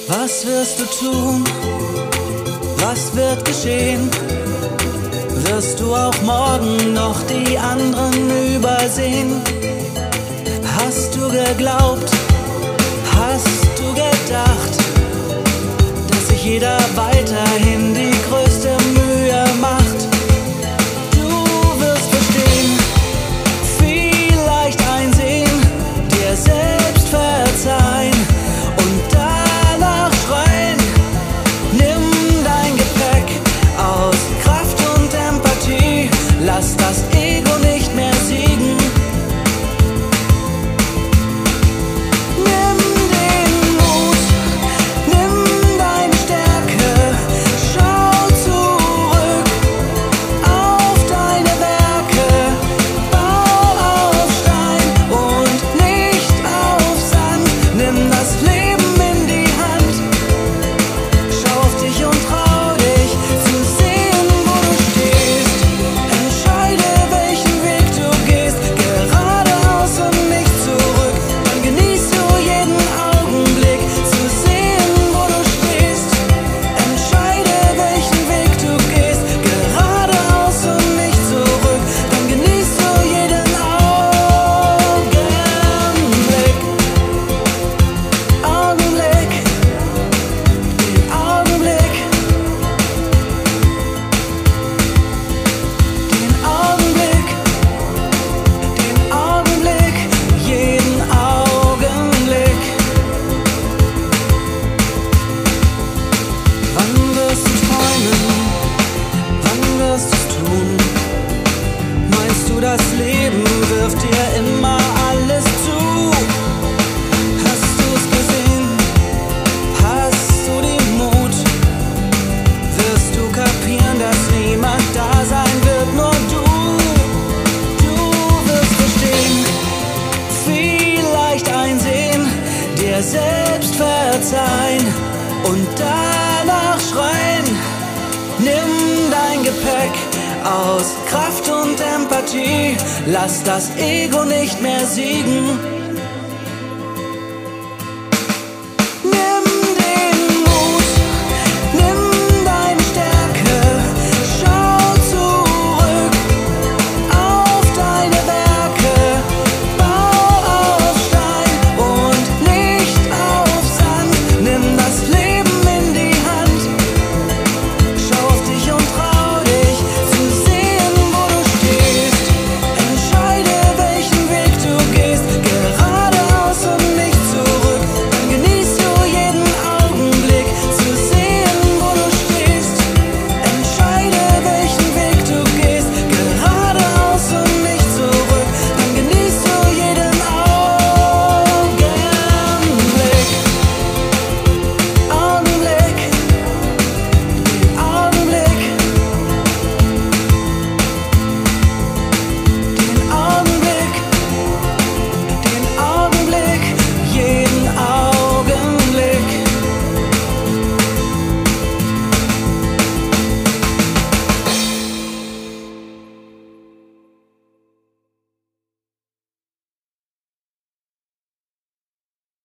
Was wirst du tun? Was wird geschehen? Wirst du auch morgen noch die anderen übersehen? Hast du geglaubt? Hast du gedacht, dass sich jeder weiterhin die größte Mühe macht? Du wirst verstehen, vielleicht einsehen, dir selbst verzeihen und danach schreien. Nimm dein Gepäck aus Kraft und Empathie, lass das Ego nicht mehr siegen. Das Leben wirft dir immer alles zu. Hast du's gesehen? Hast du den Mut? Wirst du kapieren, dass niemand da sein wird, nur du? Du wirst verstehen, vielleicht einsehen, dir selbst verzeihen und danach schreien. Nimm dein Gepäck aus Kraft und Empathie, lass das Ego nicht mehr siegen.